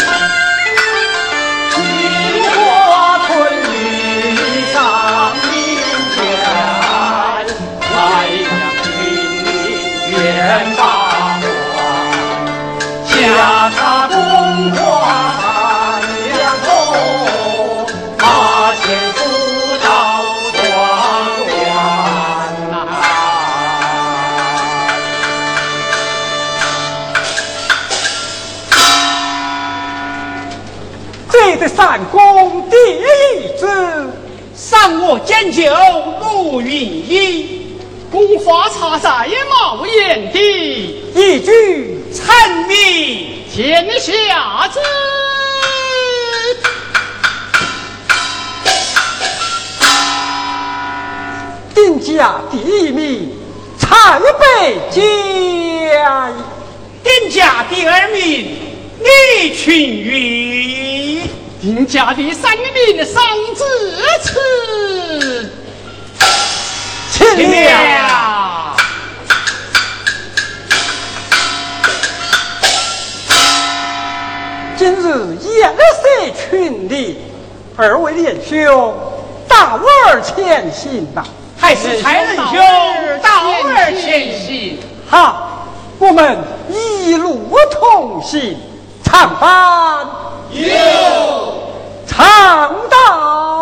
三公第一子， 赏我煎酒陆云衣，宫花茶在冒烟地， 一举阐明天下知。 丁家第一名蔡北家， 丁家第二名李群玉，丁家第三名桑子慈。 请了。今日颜色群里，二位连兄大儿前行吧。 还是蔡仁兄道儿前行。 好，我们一路同行，唱班有唱到。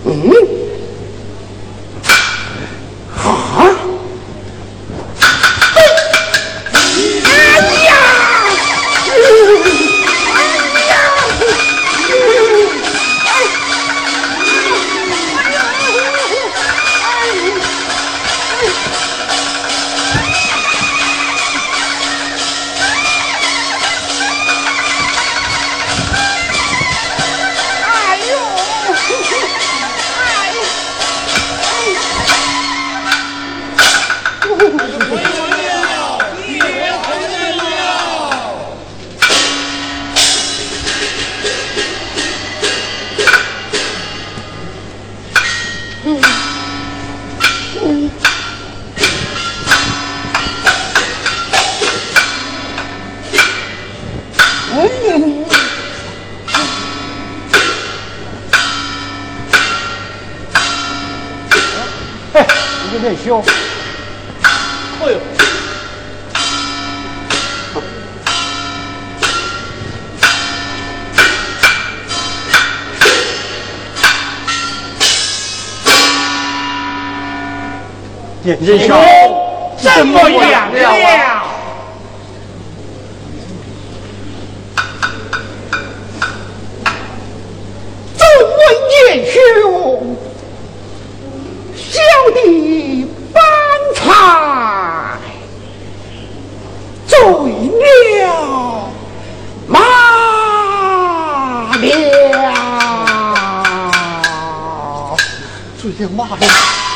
有点凶。 哎呦！ 眼睛小， 这么样了。 众位英雄，小弟方才醉了马了， 醉了马了。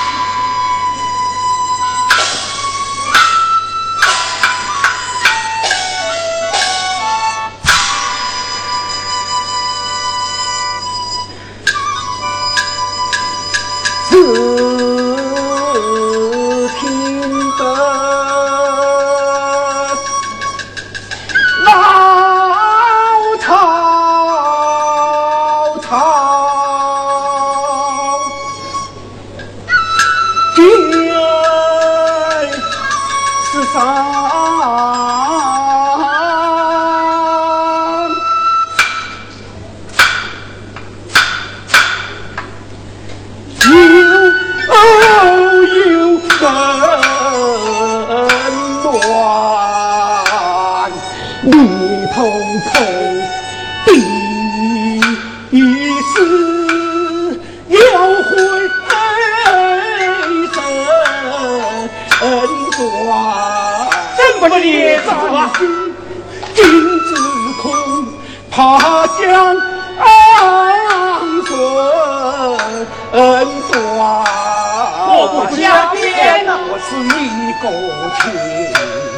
怕将安顺断， 我不加鞭， 我是你过去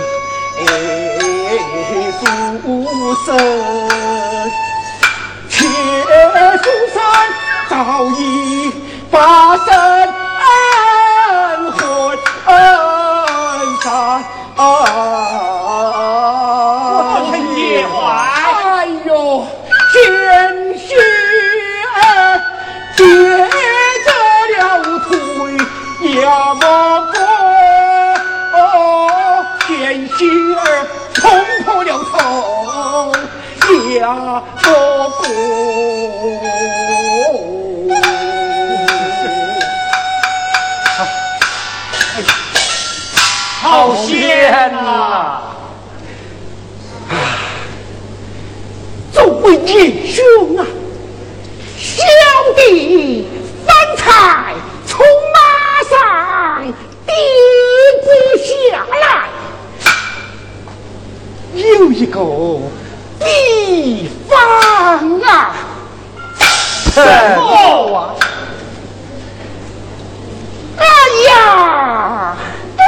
书生，且书生早已发生婚山。 我曾夜怀。 哎呦，鲜血接着了腿呀么过，鲜血冲破了头呀么过。 好险呐！ 众位英雄啊，小弟方才从马上跌不下来，有一个地方啊， 什么啊？ 哎呀！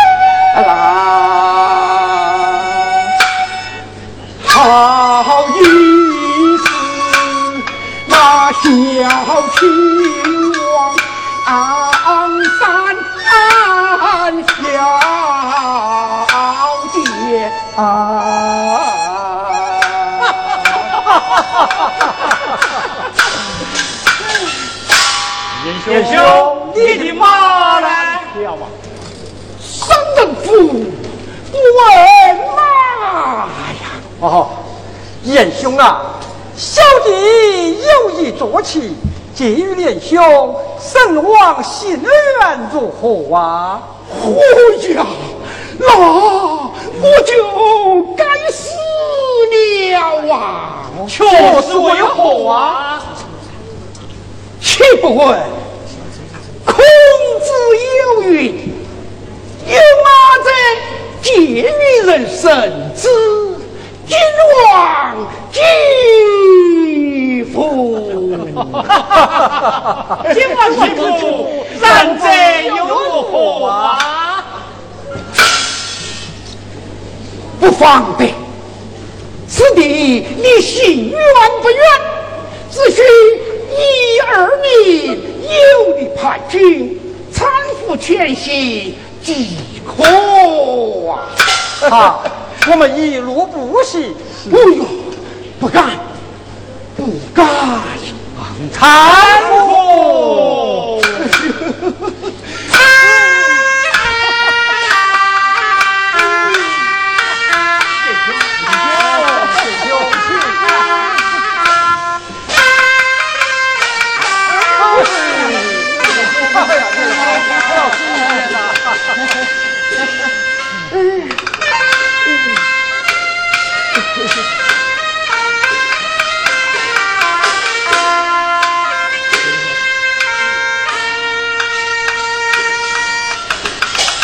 好意思，那小青王山小姐英雄，你的马呢？ 要啊！ 商人府问马呀！ 哦，严兄啊，小弟有意坐骑， 介于连兄，神王心愿如何啊？ 哎呀，那我就该死了啊！ 却是为何啊？ 岂不问孔子有云：“有马者，介于人生之君王肌肤。” 今晚媳妇，然则又如何啊？ 不妨的，此地离行远不远，只需1、2名有力叛军搀扶前行即可啊！ 好，我们一路不行。 哎呦，不敢，不敢！ 参